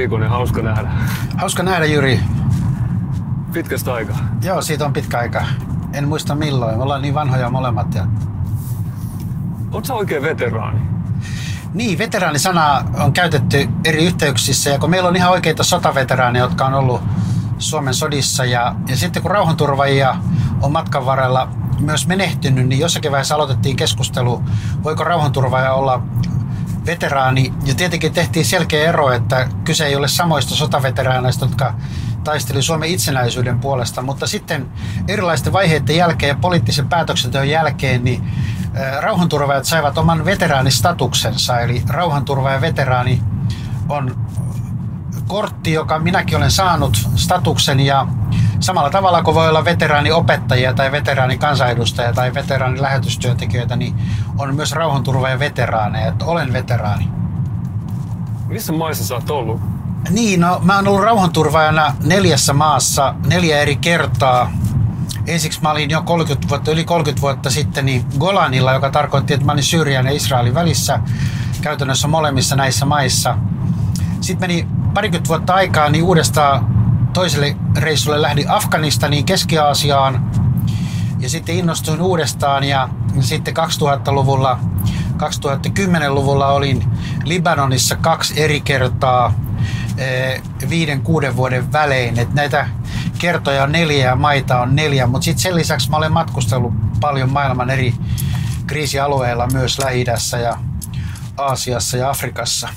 Keikonen, hauska nähdä. Hauska nähdä, Jyri. Pitkästä aikaa. Joo, siitä on pitkä aika. En muista milloin. Me ollaan niin vanhoja molemmat. Oot sä oikein veteraani? Niin, veteraanisanaa on käytetty eri yhteyksissä. Ja kun meillä on ihan oikeita sotaveteraaneja, jotka on ollut Suomen sodissa. Ja sitten kun rauhanturvaajia on matkan varrella myös menehtynyt, niin jossakin vaiheessa aloitettiin keskustelu, voiko rauhanturvaaja olla veteraani. Ja tietenkin tehtiin selkeä ero, että kyse ei ole samoista sotaveteraaneista, jotka taisteli Suomen itsenäisyyden puolesta. Mutta sitten erilaisten vaiheiden jälkeen ja poliittisen päätöksenteon jälkeen, niin rauhanturvaajat saivat oman veteraanistatuksensa. Eli rauhanturvaaja veteraani on kortti, joka minäkin olen saanut statuksen, ja samalla tavalla kuin voi olla veteraaniopettajia tai veteraanikansanedustajia tai veteraanilähetystyöntekijöitä, niin on myös rauhanturvaaja veteraaneja, että olen veteraani. Missä maissa sä oot ollut? Niin, no mä oon ollut rauhanturvaajana 4 maassa 4 eri kertaa. Ensiksi mä olin jo yli 30 vuotta sitten niin Golanilla, joka tarkoitti, että mä olin Syyrian ja Israelin välissä käytännössä molemmissa näissä maissa. Sitten meni parikymmentä vuotta aikaa, niin uudestaan toiselle reissulle lähdin Afganistaniin, Keski-Aasiaan. Ja sitten innostuin uudestaan ja sitten 2000-luvulla, 2010-luvulla olin Libanonissa 2 eri kertaa 5-6 vuoden välein. Et näitä kertoja on 4 ja maita on 4, mutta sitten sen lisäksi mä olen matkustellut paljon maailman eri kriisialueilla, myös Lähi-idässä ja Aasiassa ja Afrikassa.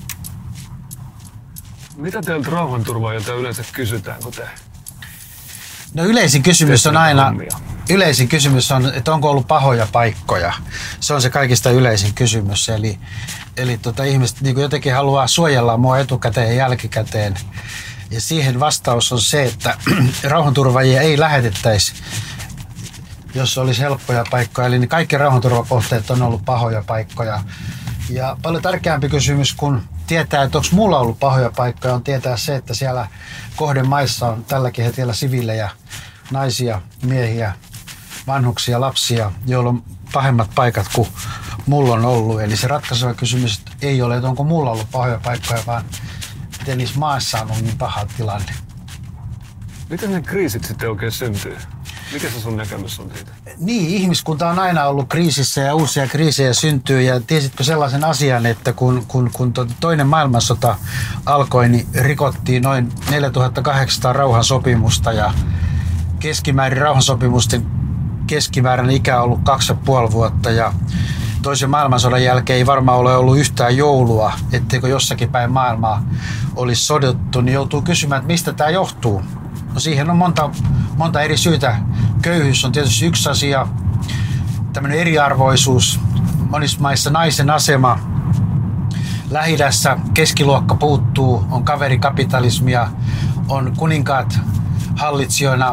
Mitä teiltä rauhanturvaajilta yleensä kysytään, kun te... No yleisin kysymys on, että onko ollut pahoja paikkoja. Se on se kaikista yleisin kysymys. Eli ihmiset niin jotenkin haluaa suojella mua etukäteen ja jälkikäteen. Ja siihen vastaus on se, että rauhanturvaajia ei lähetettäisi, jos olisi helppoja paikkoja. Eli kaikki rauhanturvakohteet on ollut pahoja paikkoja. Ja paljon tärkeämpi kysymys, kun tietää, että onko mulla ollut pahoja paikkoja, on tietää se, että siellä kohdemaissa on tälläkin hetkellä siviilejä, naisia, miehiä, vanhuksia, lapsia, joilla on pahemmat paikat kuin mulla on ollut. Eli se ratkaiseva kysymys ei ole, että onko mulla ollut pahoja paikkoja, vaan miten niissä maissa on ollut niin paha tilanne. Miten ne kriisit sitten oikein syntyy? Mikä se sun näkemys on siitä? Niin, ihmiskunta on aina ollut kriisissä ja uusia kriisejä syntyy. Ja tiesitkö sellaisen asian, että kun toinen maailmansota alkoi, niin rikottiin noin 4800 rauhansopimusta ja keskimäärin rauhansopimusten keskimääräinen ikä on ollut 2,5 vuotta. Ja toisen maailmansodan jälkeen ei varmaan ole ollut yhtään joulua, etteikö jossakin päin maailmaa olisi sodittu, niin joutuu kysymään, että mistä tämä johtuu. No siihen on monta eri syytä. Köyhyys on tietysti yksi asia, tämmöinen eriarvoisuus, monissa maissa naisen asema, Lähi-idässä keskiluokka puuttuu, on kaverikapitalismia, on kuninkaat hallitsijoina,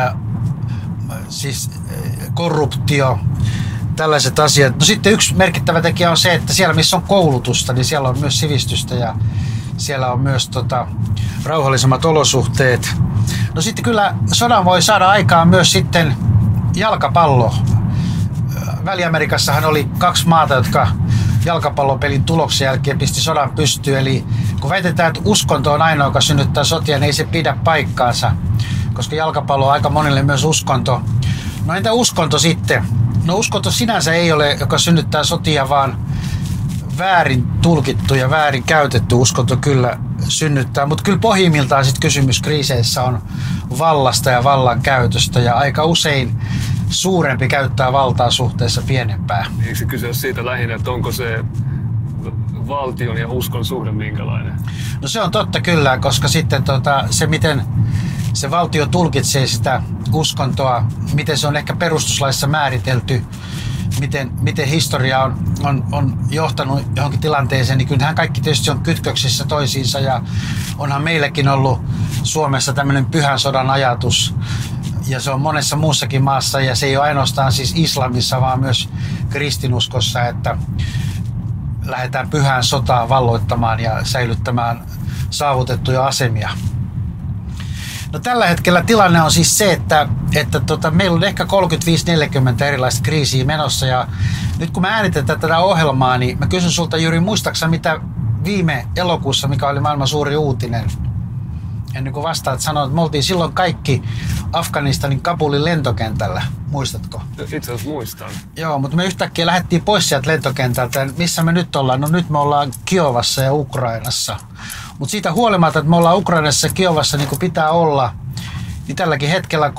siis korruptio, tällaiset asiat. No sitten yksi merkittävä tekijä on se, että siellä missä on koulutusta, niin siellä on myös sivistystä ja siellä on myös rauhallisemmat olosuhteet. No sitten kyllä sodan voi saada aikaan myös sitten jalkapallo. Väli-Amerikassahan oli 2 maata, jotka jalkapallopelin tuloksen jälkeen pisti sodan pystyyn. Eli kun väitetään, että uskonto on ainoa, joka synnyttää sotia, niin ei se pidä paikkaansa, koska jalkapallo on aika monille myös uskonto. No entä uskonto sitten? No uskonto sinänsä ei ole, joka synnyttää sotia, vaan väärin tulkittu ja väärin käytetty uskonto kyllä synnyttää. Mutta kyllä pohjimmiltaan sitten kysymys kriiseissä on vallasta ja vallan käytöstä. Ja aika usein suurempi käyttää valtaa suhteessa pienempää. Eikö se kyse siitä lähinnä, että onko se valtion ja uskon suhde minkälainen? No se on totta kyllä, koska sitten se miten se valtio tulkitsee sitä uskontoa, miten se on ehkä perustuslaissa määritelty, miten historia on johtanut johonkin tilanteeseen, niin kyllähän kaikki tietysti on kytköksissä toisiinsa ja onhan meilläkin ollut Suomessa tämmöinen pyhän sodan ajatus ja se on monessa muussakin maassa ja se ei ole ainoastaan siis islamissa, vaan myös kristinuskossa, että lähdetään pyhään sotaan valloittamaan ja säilyttämään saavutettuja asemia. No tällä hetkellä tilanne on siis se, että meillä on ehkä 35-40 erilaista kriisiä menossa ja nyt kun mä äänitetään tätä ohjelmaa, niin mä kysyn sulta Jyri, muistaaksä mitä viime elokuussa, mikä oli maailman suuri uutinen. Ennen kuin vastaat, sanoin, että me oltiin silloin kaikki Afganistanin Kabulin lentokentällä. Muistatko? Itse asiassa muistan. Joo, mutta me yhtäkkiä lähdettiin pois sieltä lentokentältä. Missä me nyt ollaan? No nyt me ollaan Kiovassa ja Ukrainassa. Mutta siitä huolimatta, että me ollaan Ukrainassa ja Kiovassa niin kuin pitää olla, niin tälläkin hetkellä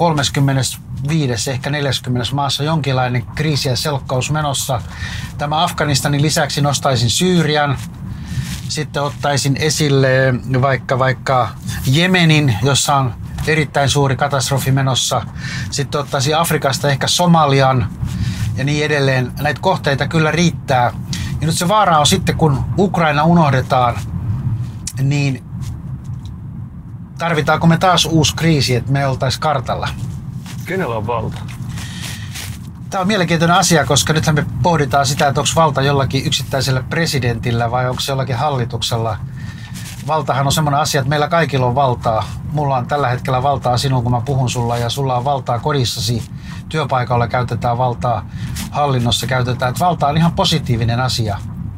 35, ehkä 40 maassa jonkinlainen kriisi ja selkkaus menossa. Tämä Afganistanin lisäksi nostaisin Syyrian. Sitten ottaisin esille vaikka Jemenin, jossa on erittäin suuri katastrofi menossa. Sitten ottaisin Afrikasta ehkä Somalian ja niin edelleen. Näitä kohteita kyllä riittää. Ja nyt se vaara on sitten, kun Ukraina unohdetaan, niin tarvitaanko me taas uusi kriisi, että me oltaisiin kartalla? Kenellä on valta? Tämä on mielenkiintoinen asia, koska nythän me pohditaan sitä, että onko valta jollakin yksittäisellä presidentillä vai onko se jollakin hallituksella. Valtahan on semmoinen asia, että meillä kaikilla on valtaa. Mulla on tällä hetkellä valtaa sinun, kun mä puhun sulla, ja sulla on valtaa kodissasi. Työpaikalla käytetään valtaa, hallinnossa käytetään. Että valta on ihan positiivinen asia.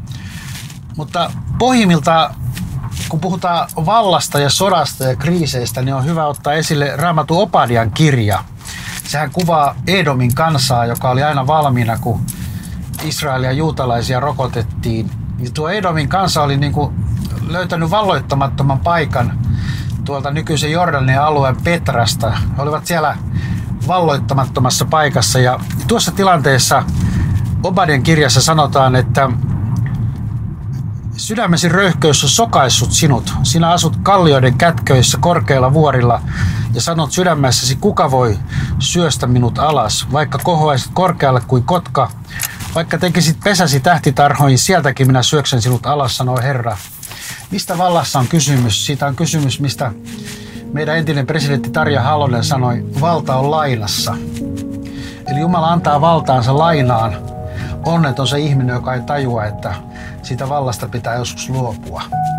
Mutta pohjimmiltaan, kun puhutaan vallasta ja sodasta ja kriiseistä, niin on hyvä ottaa esille Raamatun Obadian kirja. Sehän kuvaa Edomin kansaa, joka oli aina valmiina, kun Israelia juutalaisia rokotettiin. Ja tuo Edomin kansa oli niin kuin löytänyt valloittamattoman paikan tuolta nykyisen Jordanian alueen Petrasta. He olivat siellä valloittamattomassa paikassa. Ja tuossa tilanteessa Obadian kirjassa sanotaan, että sydämesi röyhkeys on sokaissut sinut. Sinä asut kallioiden kätköissä korkeilla vuorilla ja sanot sydämessäsi, kuka voi syöstä minut alas. Vaikka kohoaisit korkealle kuin kotka, vaikka tekisit pesäsi tähtitarhoihin, sieltäkin minä syöksän sinut alas, sanoo Herra. Mistä vallassa on kysymys? Siitä on kysymys, mistä meidän entinen presidentti Tarja Halonen sanoi, valta on lainassa. Eli Jumala antaa valtaansa lainaan. Onneton se ihminen, joka ei tajua, että siitä vallasta pitää joskus luopua.